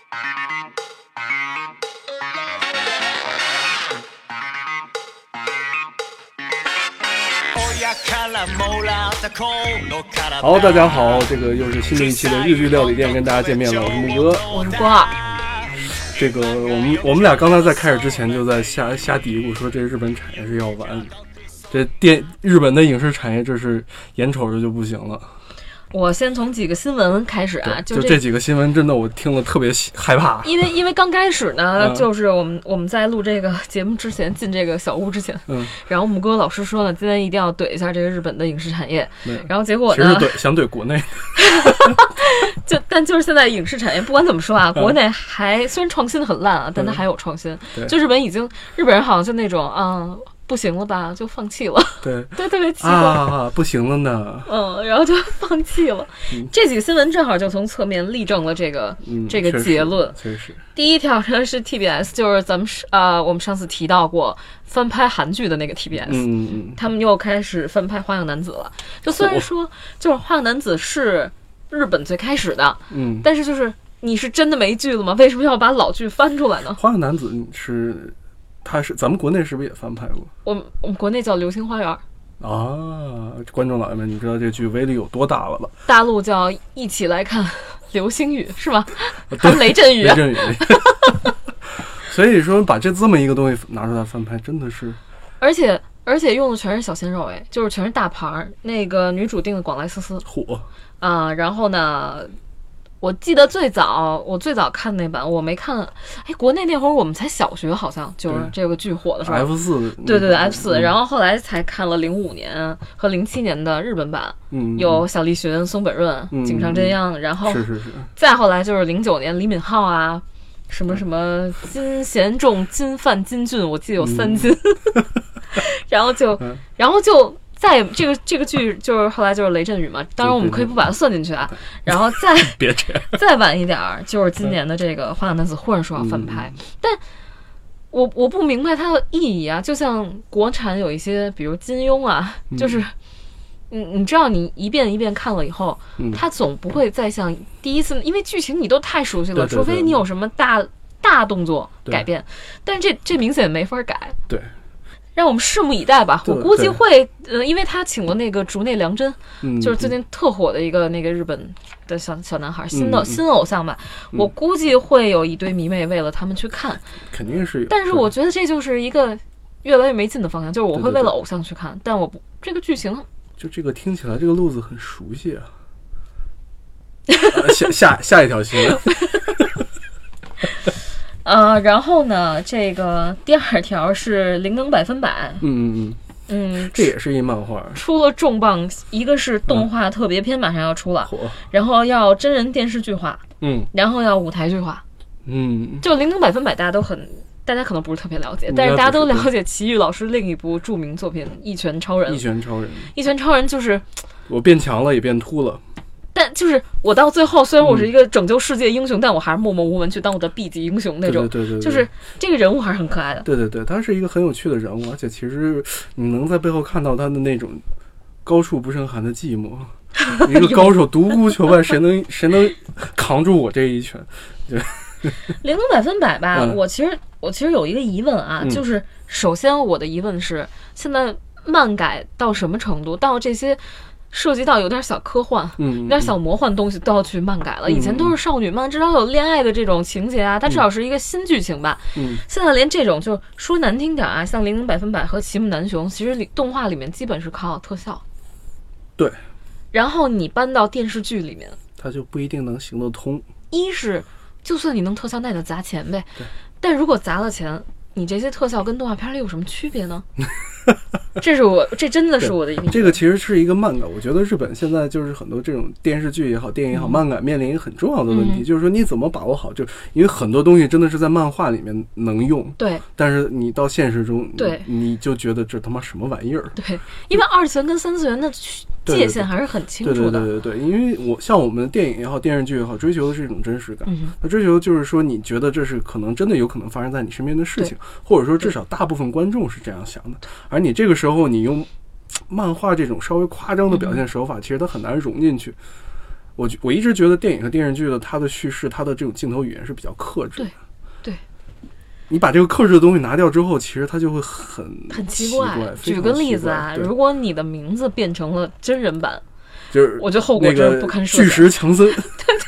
好，大家好，这个又是新的一期的日剧料理店，跟大家见面了，我是木哥， 我是郭二。 这个我们俩刚才在开始之前就在瞎嘀咕说，这日本产业是要完，日本的影视产业这是眼瞅着就不行了。 我先从几个新闻开始啊， 就这几个新闻真的我听了特别害怕， 因为刚开始呢，就是我们在录这个节目之前，进这个小屋之前，然后木哥老师说呢，今天一定要怼一下这个日本的影视产业，然后结果呢， 其实想怼国内， 但就是现在影视产业不管怎么说啊，国内还虽然创新很烂啊，但它还有创新，就日本人好像就那种不行了吧，就放弃了。对，特别奇怪不行了呢。 然后就放弃了。这几个新闻正好就从侧面例证了这个结论。 确实。 第一条呢是 TBS， 就是咱们我们上次提到过翻拍韩剧的那个 TBS，他们又开始翻拍《花样男子》了。就虽然说就是《花样男子》是日本最开始的，但是就是你是真的没剧了吗？为什么要把老剧翻出来呢？ 《花样男子》咱们国内是不是也翻拍过？ 我们国内叫《流星花园》 啊！观众老爷们，你知道这剧威力有多大了吧？ 大陆叫一起来看流星雨是吗？还雷阵雨？ 雷阵雨。所以说，把这么一个东西拿出来翻拍，真的是， 而且用的全是小鲜肉，就是全是大牌。那个女主定的广濑丝丝火然后呢？我记得我最早看那版我没看，国内那会儿我们才小学，好像就是这个剧火的时候 F4， 对 F4，然后后来才看了05年和07年的日本版，有小栗旬、松本润、井上真央，然后是再后来就是09年李敏镐啊，什么金贤重、金范、金俊，我记得有3金，然后就。再这个剧就是后来就是雷阵雨嘛，当然我们可以不把它算进去啊。然后别这样， 再晚一点就是今年的这个《花样男子》，忽然说要翻拍，但我不明白它的意义啊。就像国产有一些，比如金庸啊，就是你知道你一遍一遍看了以后，它总不会再像第一次，因为剧情你都太熟悉了，除非你有什么大动作改变，但是这明显没法改。 对。 让我们拭目以待吧，我估计会，因为他请了那个竹内良真，就是最近特火的一个那个日本的小男孩，新偶像吧，我估计会有一堆迷妹为了他们去看， 肯定是有。 但是我觉得这就是一个越来越没劲的方向，就是我会为了偶像去看，但我不这个剧情， 就这个听起来这个路子很熟悉啊。下一条新闻。 然后呢，这个第二条是灵能100%， 这也是一漫画， 出了重磅，一个是动画特别篇马上要出了，然后要真人电视剧化，然后要舞台剧化，就灵能100%大家可能不是特别了解，但是大家都了解齐豫老师另一部著名作品《一拳超人》。一拳超人就是我变强了也变秃了。 但就是我到最后，虽然我是一个拯救世界英雄，但我还是默默无闻去当我的 B 级英雄那种。对，就是这个人物还是很可爱的。 对，他是一个很有趣的人物，而且其实你能在背后看到他的那种高处不胜寒的寂寞。一个高手独孤求败，谁能扛住我这一拳？对， 灵能100%吧。我其实有一个疑问啊，就是首先我的疑问是，现在漫改到什么程度？到这些。涉及到有点小科幻，有点小魔幻东西都要去漫改了。以前都是少女漫，至少有恋爱的这种情节啊，它至少是一个新剧情吧。现在连这种就说难听点啊，像《灵能100%》和《齐木楠雄》，其实动画里面基本是靠特效。 对。 然后你搬到电视剧里面， 它就不一定能行得通。 一是，就算你能特效，那得砸钱呗。但如果砸了钱，你这些特效跟动画片里有什么区别呢？这真的是我的一个。 这个其实是一个漫改，我觉得日本现在就是很多这种电视剧也好，电影也好，漫改面临一个很重要的问题，就是说你怎么把握好，就因为很多东西真的是在漫画里面能用， 对， 但是你到现实中，对，你就觉得这他妈什么玩意儿？ 对，因为2次元跟3次元的界限还是很清楚的。 对，因为我们电影也好，电视剧也好，追求的是一种真实感，那追求就是说你觉得这是可能真的有可能发生在你身边的事情，或者说至少大部分观众是这样想的，而你这个时候你用漫画这种稍微夸张的表现手法，其实它很难融进去。 我一直觉得电影和电视剧的它的叙事，它的这种镜头语言是比较克制的。 对， 你把这个克制的东西拿掉之后，其实它就会很奇怪。 举个例子啊，如果你的名字变成了真人版， 就是我觉得后果真的不堪设想。 巨石强森，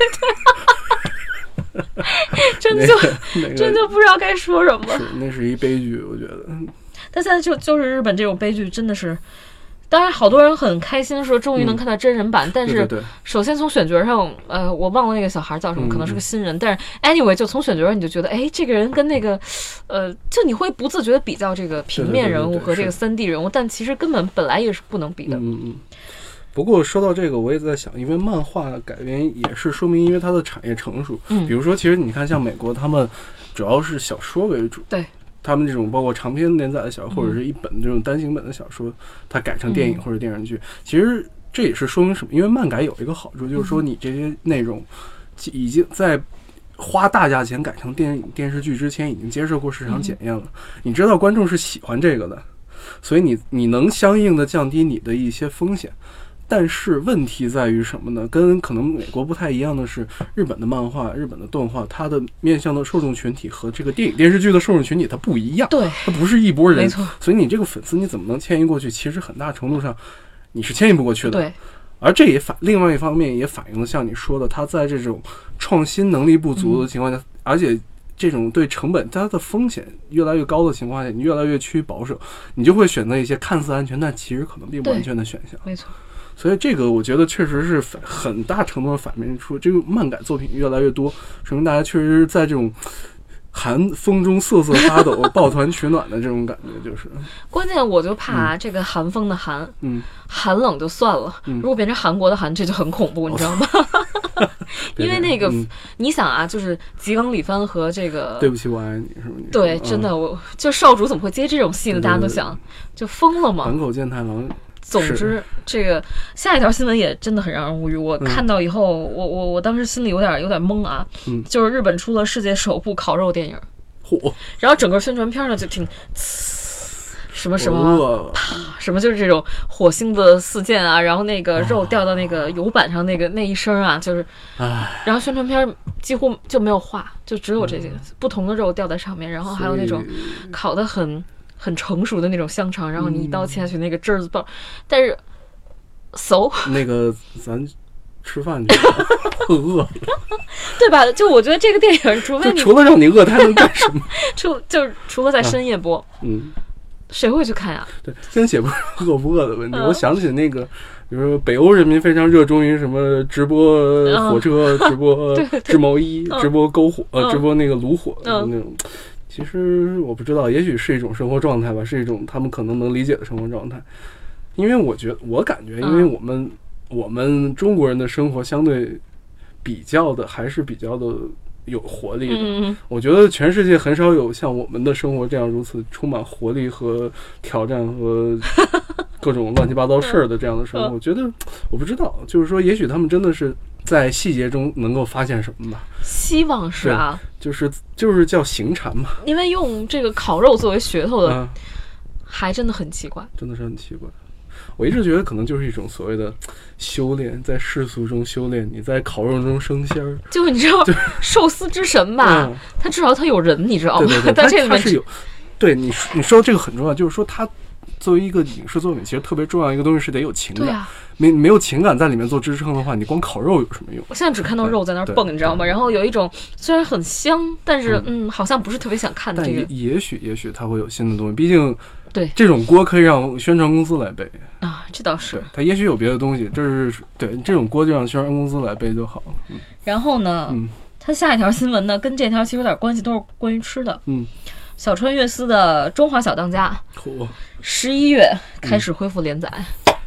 对，真就不知道该说什么。 那是一悲剧，我觉得。 但现在就是日本这种悲剧真的是。当然，好多人很开心说终于能看到真人版，但是首先从选角上，我忘了那个小孩叫什么，可能是个新人，但是 anyway 就从选角上你就觉得，哎，这个人跟那个，就你会不自觉的比较这个平面人物和这个3D 人物，但其实根本本来也是不能比的。 不过说到这个，我也在想，因为漫画改编也是说明因为它的产业成熟，比如说，其实你看像美国，他们主要是小说为主， 对。 他们这种包括长篇连载的小说，或者是一本这种单行本的小说，它改成电影或者电视剧，其实这也是说明什么？因为漫改有一个好处，就是说你这些内容已经在花大价钱改成电影电视剧之前，已经接受过市场检验了。你知道观众是喜欢这个的，所以你能相应的降低你的一些风险。但是问题在于什么呢？跟可能美国不太一样的是，日本的漫画、日本的动画，它的面向的受众群体和这个电影电视剧的受众群体它不一样， 对， 它不是一拨人， 没错。 所以你这个粉丝你怎么能迁移过去？其实很大程度上你是迁移不过去的。 对。 而这也另外一方面也反映了像你说的，它在这种创新能力不足的情况下，而且这种对成本它的风险越来越高的情况下，你越来越趋于保守，你就会选择一些看似安全但其实可能并不安全的选项。 没错。 所以这个我觉得确实是很大程度的反面出，这个漫改作品越来越多，说明大家确实在这种寒风中瑟瑟发抖、抱团取暖的这种感觉，就是关键。我就怕这个寒风的寒，寒冷就算了，如果变成韩国的寒，这就很恐怖，你知道吗？因为那个你想啊，就是吉冈里帆和这个对不起我爱你是不是？ 对，真的，我就少主怎么会接这种戏呢？大家都想就疯了嘛。 坂口健太郎。 总之，这个下一条新闻也真的很让人无语。我看到以后，我当时心里有点懵啊。就是日本出了世界首部烤肉电影，然后整个宣传片呢就挺什么啪什么，就是这种火星的四溅啊，然后那个肉掉到那个油板上那一声啊，就是，然后宣传片几乎就没有画，就只有这些不同的肉掉在上面，然后还有那种烤得很成熟的那种香肠，然后你一刀切下去那个汁儿子爆，但是那个咱吃饭去饿了， 对吧？就我觉得这个电影，除了让你饿，它还能干什么？ 就是除了在深夜播，谁会去看呀？ 对，先写不是饿不饿的问题。我想起那个，比如说北欧人民非常热衷于什么直播火车、直播织毛衣、直播篝火、直播那个炉火那种。其实我不知道，也许是一种生活状态吧，是一种他们可能能理解的生活状态。因为我感觉，因为我们中国人的生活相对还是比较的有活力的。我觉得全世界很少有像我们的生活这样如此充满活力和挑战和各种乱七八糟事儿的这样的生活。我觉得我不知道，就是说，也许他们真的是在细节中能够发现什么吧。 希望是啊， 就是叫行禅嘛。 因为用这个烤肉作为噱头的，还真的很奇怪， 真的是很奇怪。我一直觉得可能就是一种所谓的修炼，在世俗中修炼，你在烤肉中升仙儿。 就你知道寿司之神吧，他至少他有人，你知道吗？ 对， 但这里面是有。对你说这个很重要，就是说他作为一个影视作品，其实特别重要一个东西是得有情感。 对啊， 没有情感在里面做支撑的话，你光烤肉有什么用？ 我现在只看到肉在那儿蹦，你知道吗？然后有一种虽然很香，但是好像不是特别想看的这个。 但也许它会有新的东西，毕竟对这种锅可以让宣传公司来背啊，这倒是。 它也许有别的东西，对这种锅就让宣传公司来背就好了。 然后呢，它下一条新闻呢，跟这条其实有点关系，都是关于吃的。小川悦司的《中华小当家》11月开始恢复连载。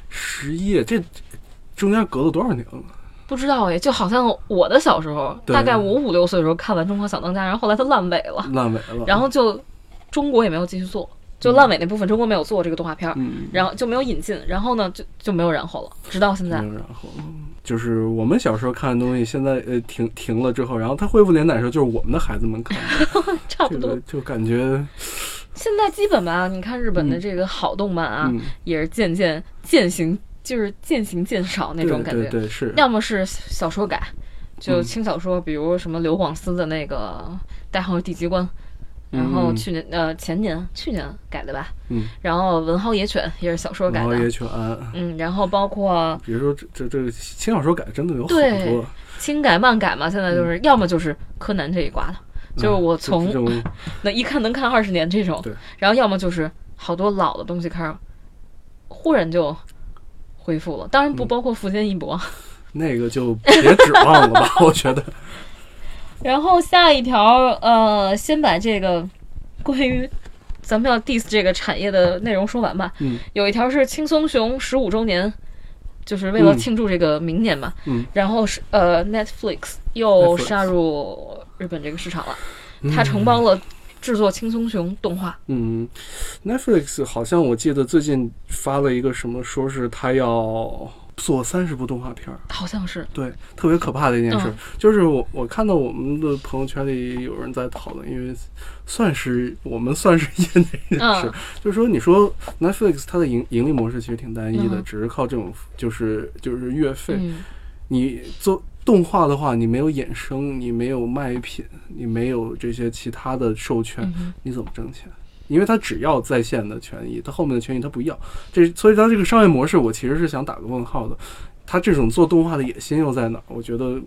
11月，这中间隔了多少年了？ 不知道哎，就好像我的小时候，大概我5、6岁的时候看完《中华小当家》，然后后来它烂尾了，然后就中国也没有继续做，就烂尾那部分中国没有做这个动画片，然后就没有引进，然后呢就没有然后了，直到现在。 没有然后，就是我们小时候看的东西，现在停了之后，然后它恢复连载的时候，就是我们的孩子们看的， 差不多， 就感觉。 现在基本吧，你看日本的这个好动漫啊，也是渐行就是渐行渐少那种感觉。 对，是。 要么是小说改，就轻小说，比如什么刘广思的那个《代号地机关》。然后去年改的吧，然后《文豪野犬》也是小说改的， 文豪野犬， 然后包括比如说这轻小说改真的有好多， 轻改慢改嘛，现在就是要么就是柯南这一挂的，就是我从那一看能看20年这种，然后要么就是好多老的东西开始忽然就恢复了，当然不包括富坚义博， 那个就别指望了吧，我觉得。 然后下一条，先把这个关于咱们要 diss 这个产业的内容说完吧。有一条是轻松熊15周年，就是为了庆祝这个明年嘛。然后是Netflix 又杀入日本这个市场了，它承包了制作轻松熊动画。 Netflix 好像我记得最近发了一个什么，说是他要做30部动画片， 好像是。对， 特别可怕的一件事，就是我看到我们的朋友圈里有人在讨论，因为我们算是业内人士，就是说，你说 Netflix 它的盈利模式其实挺单一的，只是靠这种就是月费。你做动画的话，你没有衍生，你没有卖品，你没有这些其他的授权，你怎么挣钱？因为他只要在线的权益，他后面的权益他不要，所以他这个商业模式我其实是想打个问号的。他这种做动画的野心又在哪？我觉得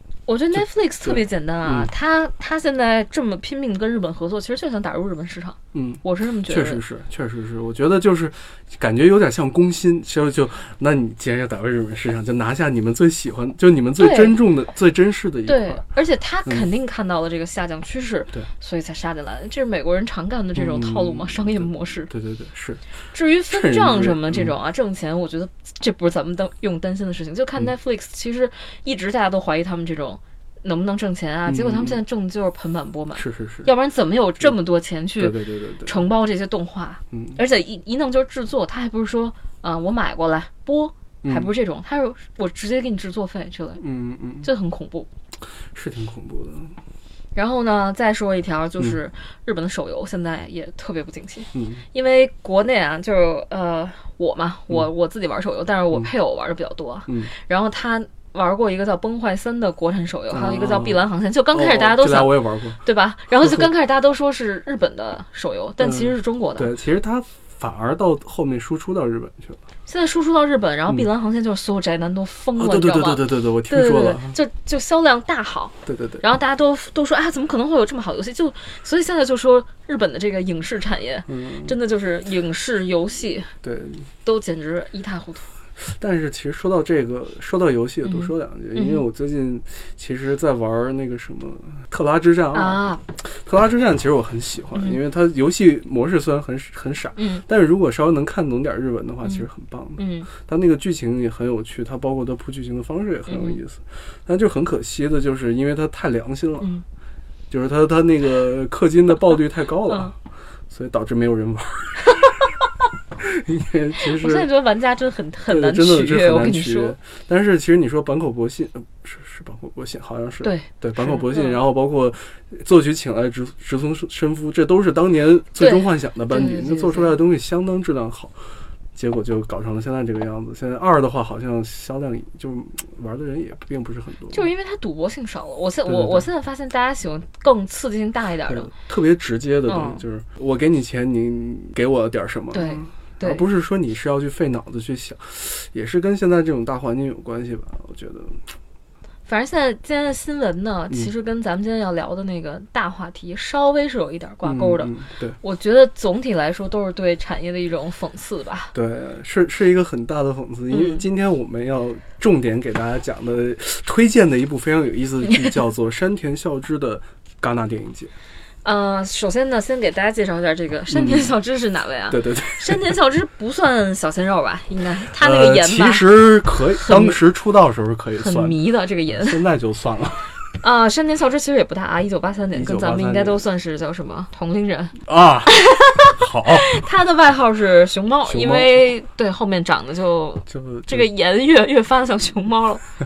Netflix 特别简单啊，他现在这么拼命跟日本合作，其实就想打入日本市场。我是这么觉得。 确实是，我觉得就是感觉有点像攻心，那你既然要打入日本市场，就拿下你们最喜欢，就你们最珍重的、最珍视的一块。 对，而且他肯定看到了这个下降趋势，所以才杀进来。这是美国人常干的这种套路嘛，商业模式。 对，是。 至于分账什么这种啊，挣钱，我觉得这不是咱们用担心的事情。就看 Netflix，其实一直大家都怀疑他们这种能不能挣钱啊？结果他们现在挣的就是盆满钵满， 是， 要不然怎么有这么多钱去承包这些动画？而且一弄就是制作，他还不是说我买过来播，还不是这种，他是我直接给你制作费之类，这很恐怖， 是挺恐怖的。 然后呢，再说一条，就是日本的手游现在也特别不景气，因为国内啊，就是我自己玩手游，但是我配偶玩的比较多，然后他玩过一个叫《崩坏3》的国产手游，还有一个叫《碧蓝航线》，就刚开始大家都想， 我也玩过， 对吧？然后就刚开始大家都说是日本的手游，但其实是中国的。 对，其实它反而到后面输出到日本去了。 现在输出到日本，然后《碧蓝航线》就是所有宅男都疯了，你知道吗？ 对，我听说了， 就销量大好。 对。 然后大家都说，怎么可能会有这么好游戏？所以现在就说日本的这个影视产业，真的就是影视游戏， 对， 都简直一塌糊涂。 但是其实说到游戏，多说两句，因为我最近其实在玩那个什么特拉之战2。特拉之战其实我很喜欢，因为它游戏模式虽然很傻，但是如果稍微能看懂点日文的话，其实很棒的。它那个剧情也很有趣，它包括它铺剧情的方式也很有意思。但就很可惜的就是因为它太良心了，就是它那个氪金的爆率太高了，所以导致没有人玩。因为其实我现在觉得玩家真很难取悦， 我跟你说。 但是其实你说坂口博信，是坂口博信，好像是对坂口博信，然后包括作曲请来直松伸夫，这都是当年最终幻想的班底，那做出来的东西相当质量好。结果就搞成了现在这个样子。现在2的话，好像销量就玩的人也并不是很多， 就是因为它赌博性少了。我现在发现大家喜欢更刺激性大一点的， 特别直接的东西，就是我给你钱，你给我点什么。 对， 而不是说你是要去费脑子去想，也是跟现在这种大环境有关系吧，我觉得。 反正现在今天的新闻呢，其实跟咱们今天要聊的那个大话题稍微是有一点挂钩的。 对， 我觉得总体来说都是对产业的一种讽刺吧。 对，是一个很大的讽刺，因为今天我们要重点给大家讲的、推荐的一部非常有意思的剧，叫做山田孝之的戛纳电影节。 首先呢，先给大家介绍一下这个山田孝之是哪位啊？ 对， 山田孝之不算小鲜肉吧？应该他那个颜吧， 其实可以，当时出道的时候可以算， 很迷的这个颜， 现在就算了。 山田孝之其实也不大啊，1983年，跟咱们应该都算是叫什么同龄人啊。好， 他的外号是熊猫，因为对后面长得就这个颜越发像熊猫了。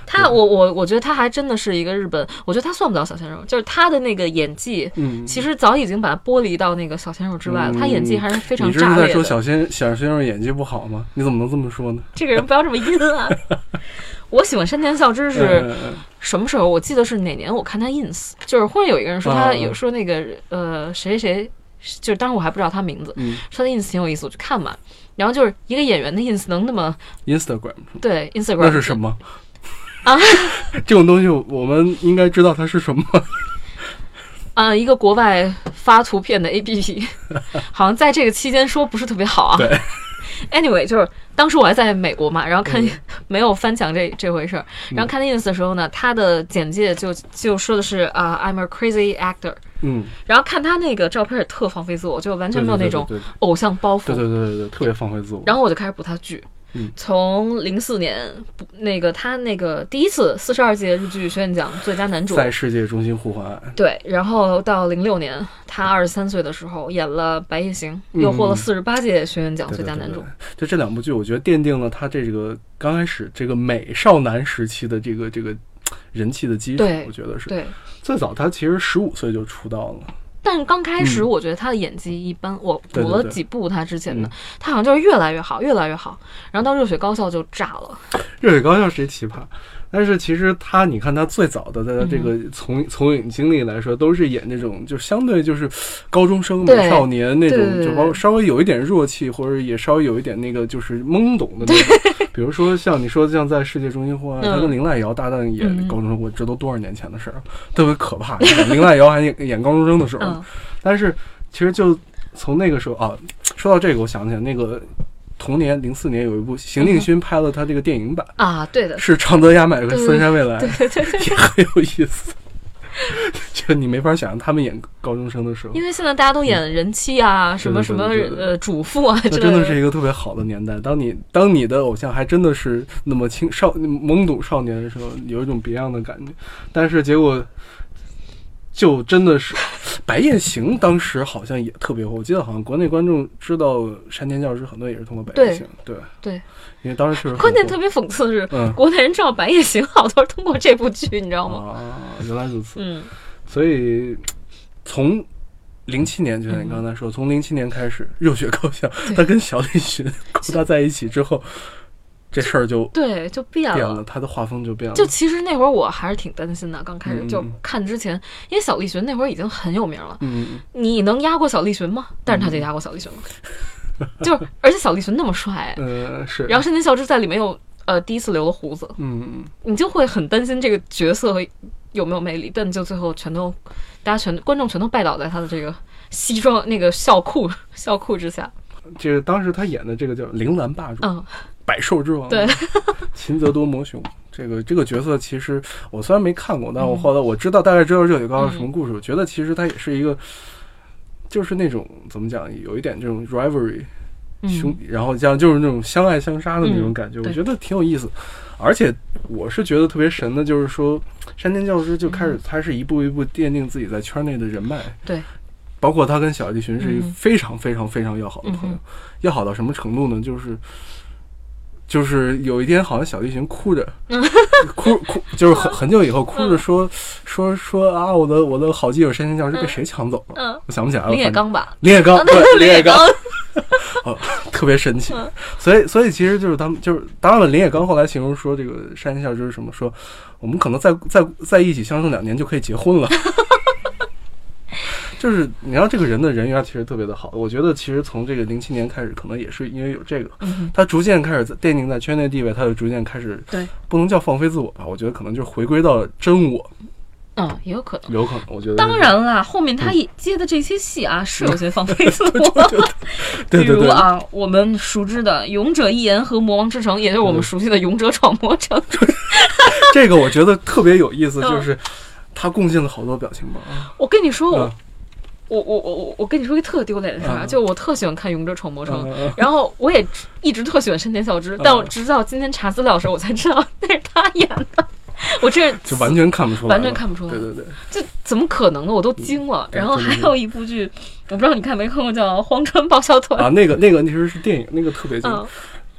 我觉得他还真的是一个日本，我觉得他算不了小鲜肉，就是他的那个演技，其实早已经把他剥离到那个小鲜肉之外了。他演技还是非常炸裂的。 你这是在说小鲜肉演技不好吗？你怎么能这么说呢？ 这个人不要这么阴啊！我喜欢山田孝之是什么时候？我记得是哪年？我看他 ins， 就是忽然有一个人说他有说那个谁谁，就是当时我还不知道他名字，说他 ins 挺有意思，我去看嘛。然后就是一个演员的 ins 能那么 Instagram 对 Instagram 那是什么啊？ 这种东西我们应该知道它是什么。 一个国外发图片的 APP， 好像在这个期间说不是特别好啊。 对。 Anyway， 就是当时我还在美国嘛，然后看没有翻墙这回事儿，然后看 ins 的时候呢，他的简介就说的是I'm a crazy actor， 然后看他那个照片也特放飞自我，就完全没有那种偶像包袱， 对，特别放飞自我。 然后我就开始补他剧。从04年那个他那个第一次42届日剧学院奖最佳男主在世界中心呼唤， 对，然后到06年他23岁的时候演了《白夜行》，又获了48届学院奖最佳男主。 就这两部剧，我觉得奠定了他这个刚开始这个美少男时期的这个人气的基础。我觉得是对。 最早他其实15岁就出道了。 但刚开始我觉得他的演技一般，我补了几部他之前的，他好像就是越来越好，越来越好，然后到热血高校就炸了。 热血高校是一奇葩，但是其实你看他最早的在这个从影经历来说，都是演那种就相对就是高中生美少年那种，就包括稍微有一点弱气，或者也稍微有一点那个就是懵懂的那种。比如说像你说像在世界中心呼唤，他跟林濑遥搭档演高中生，我这都多少年前的事儿，特别可怕。林濑遥还演高中生的时候，但是其实就从那个时候啊，说到这个，我想起来那个。同年04年有一部邢定勋拍了他这个电影版啊，对的， 是长泽雅美和森山未来， 对， 也很有意思。就你没法想象他们演高中生的时候， 因为现在大家都演人妻啊，什么主妇啊， 这真的是一个特别好的年代。当你的偶像还真的是那么懵懂少年的时候，有一种别样的感觉。但是结果就真的是白夜行当时好像也特别火，我记得好像国内观众知道山田教师很多也是通过白夜行，对，因为当时确实关键特别讽刺的是，国内人知道白夜行好多是通过这部剧，你知道吗？ 原来如此。所以从07年，就像你刚才说，从07年开始，热血高校他跟小栗旬勾搭在一起之后。这事儿就变了，他的画风就变了。 就其实那会儿我还是挺担心的，刚开始就看之前，因为小栗旬那会儿已经很有名了。你能压过小栗旬吗？但是他就压过小栗旬了，就是而且小栗旬那么帅， 是。 然后山田孝之在里面又第一次留了胡子，你就会很担心这个角色有没有魅力，但就最后观众全都拜倒在他的这个西装那个校裤之下。 这个当时他演的这个叫铃兰霸主。百兽之王， 对， 秦泽多摩雄，这个角色其实我虽然没看过，但我后来我大概知道热血高校什么故事。我觉得其实它也是一个，就是那种怎么讲，有一点这种 rivalry 兄弟，然后就是那种相爱相杀的那种感觉，我觉得挺有意思。而且我是觉得特别神的，就是说山田教师就开始他是一步一步奠定自己在圈内的人脉， 对。 包括他跟小栗旬是一个非常非常非常要好的朋友，要好到什么程度呢？就是有一天，好像小栗旬哭着，哭，就是很久以后哭着说啊，我的好基友山田教师被谁抢走了？我想不起来了。 林野刚吧？ 林野刚，对，林野刚，特别神奇。所以其实就是他们就是当然了，林野刚后来形容说这个山田教师什么说，我们可能在一起相处2年就可以结婚了。就是你知道这个人的人缘其实特别的好，我觉得其实从这个07年开始，可能也是因为有这个，他逐渐开始奠定在圈内地位，他就逐渐开始， 对， 不能叫放飞自我吧，我觉得可能就是回归到真我。 也有可能， 我觉得。 当然啦，后面他接的这些戏啊，是有些放飞自我。 对， 比如啊，我们熟知的《勇者一言》和《魔王之城》，也就是我们熟悉的《勇者闯魔城》。 这个我觉得特别有意思，就是他贡献了好多表情包。 我跟你说，我跟你说一个特丢脸的事啊，就我特喜欢看《勇者闯魔城》，然后我也一直特喜欢山田孝之，但我直到今天查资料的时候，我才知道那是他演的。我这就完全看不出来，对， 这怎么可能呢？我都惊了。然后还有一部剧，我不知道你看没看过，叫《荒川爆笑团》 啊，那个其实是电影，那个特别经典。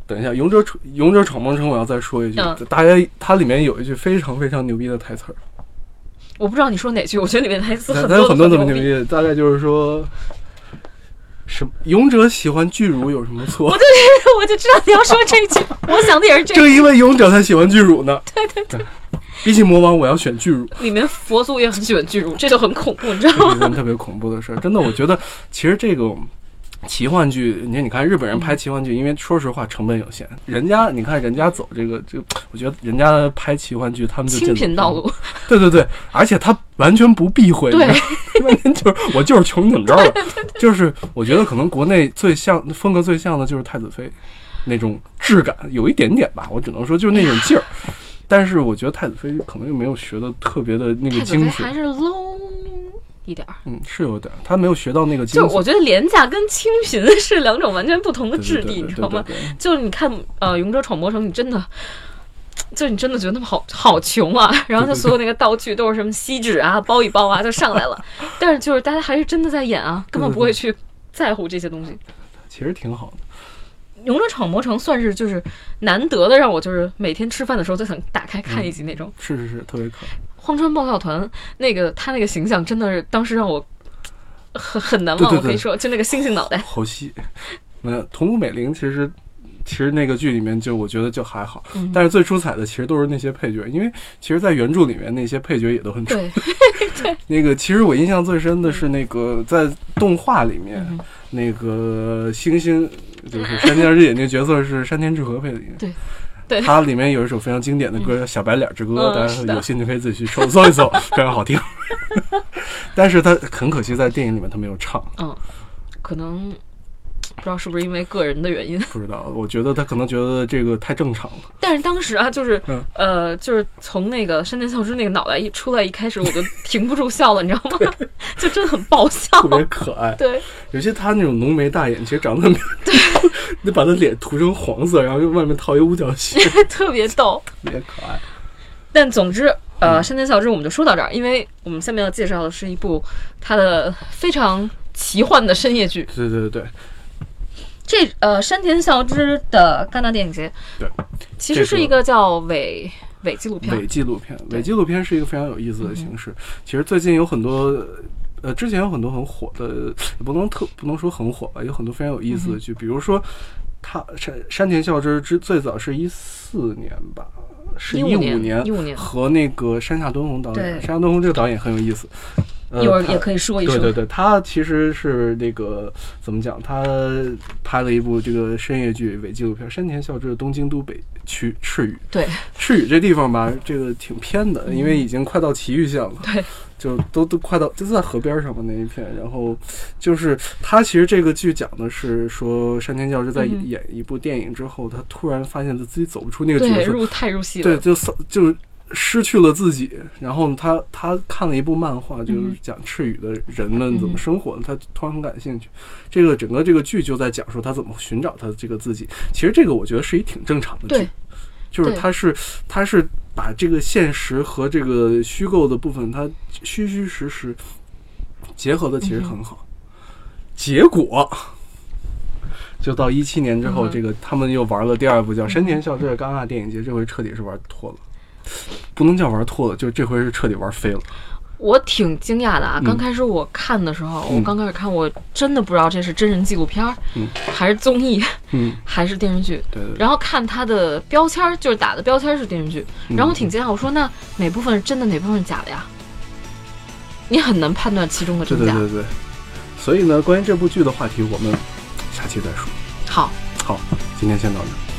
等一下，勇者闯梦城我要再说一句，大家它里面有一句非常非常牛逼的台词儿， 我不知道你说哪句，我觉得里面台词它有很多这么牛逼，大概就是说。什么勇者喜欢巨乳有什么错？ 我就知道你要说这句，我想的也是这句。 正因为勇者才喜欢巨乳呢。 对， 比起魔王，我要选巨乳。 里面佛祖也很喜欢巨乳，这就很恐怖，你知道吗？ 是一件特别恐怖的事，真的，我觉得其实这个。奇幻剧，你看日本人拍奇幻剧，因为说实话成本有限，你看人家走这个，我觉得人家拍奇幻剧，他们就清贫道路。 对，而且他完全不避讳， 对， 完全就是我就是穷你们这儿了，就是我觉得可能国内风格最像的就是太子妃那种质感，有一点点吧，我只能说就是那种劲儿。但是我觉得太子妃可能又没有学的特别的那个精髓， 还是 low。一点是有点，他没有学到那个精髓。 就我觉得廉价跟清贫是两种完全不同的质地，你知道吗？就是你看勇者闯魔城，你真的觉得他们好穷啊，然后他所有那个道具都是什么锡纸啊、包一包啊就上来了，但是就是大家还是真的在演啊，根本不会去在乎这些东西。 其实挺好的。 勇者闯魔城算是就是难得的让我就是每天吃饭的时候就想打开看一集那种。 是，特别可爱。 荒川爆笑团他那个形象真的是当时让我很难忘。我可以说，就那个星星脑袋好戏。桐谷美玲其实那个剧里面就我觉得就还好，但是最出彩的其实都是那些配角，因为其实在原著里面那些配角也都很出彩。 对那个其实我印象最深的是那个在动画里面，那个星星就是山田日野那个角色是山田智和配的音乐。 对， 它里面有一首非常经典的歌《小白脸之歌》，大家有兴趣可以自己去搜一搜，非常好听。但是它很可惜，在电影里面它没有唱。 可能不知道是不是因为个人的原因， 不知道。我觉得他可能觉得这个太正常了。 但是当时啊，就是就是从那个山田孝之那个脑袋一出来，一开始我就停不住笑了，你知道吗？就真的很爆笑， 特别可爱。 对， 有些他那种浓眉大眼，其实长得对，你把他脸涂成黄色，然后用外面套一五角鞋， 特别逗， 特别可爱。 但总之，山田孝之我们就说到这儿，因为我们下面要介绍的是一部他的非常奇幻的深夜剧。 对。 这山田孝之的戛纳电影节， 对， 其实是一个叫伪纪录片。 伪纪录片是一个非常有意思的形式。其实最近有很多，之前有很多很火的，也不能说很火吧，有很多非常有意思的剧，比如说山田孝之最早是14年吧。是15年和那个山下敦弘导演，山下敦弘这个导演很有意思。 一会儿也可以说一说。 对，他其实是那个怎么讲？他拍了一部这个深夜剧伪纪录片，山田孝之的东京都北区赤羽。 对， 赤羽这地方吧，这个挺偏的，因为已经快到埼玉县了。 对， 就都快到，就在河边上嘛那一片。然后就是他其实这个剧讲的是说，山田孝之在演一部电影之后，他突然发现他自己走不出那个角色， 对，太入戏了。 对，就失去了自己。然后他看了一部漫画，就是讲赤羽的人们怎么生活的，他突然很感兴趣。这个整个这个剧就在讲述他怎么寻找他这个自己。其实这个我觉得是一挺正常的剧，就是他是把这个现实和这个虚构的部分，它虚实结合的其实很好。结果就到17年之后，这个他们又玩了第二部叫山田孝之的戛纳电影节，这回彻底是玩脱了。不能叫玩脱了，就这回是彻底玩飞了。 我挺惊讶的啊！刚开始我看的时候，我刚开始看，我真的不知道这是真人纪录片，还是综艺，还是电视剧。 对。 然后看它的标签，就是打的标签是电视剧，然后我挺惊讶，我说那哪部分是真的，哪部分是假的呀？你很难判断其中的真假。 对。所以呢，关于这部剧的话题，我们下期再说。 好， 今天先到这。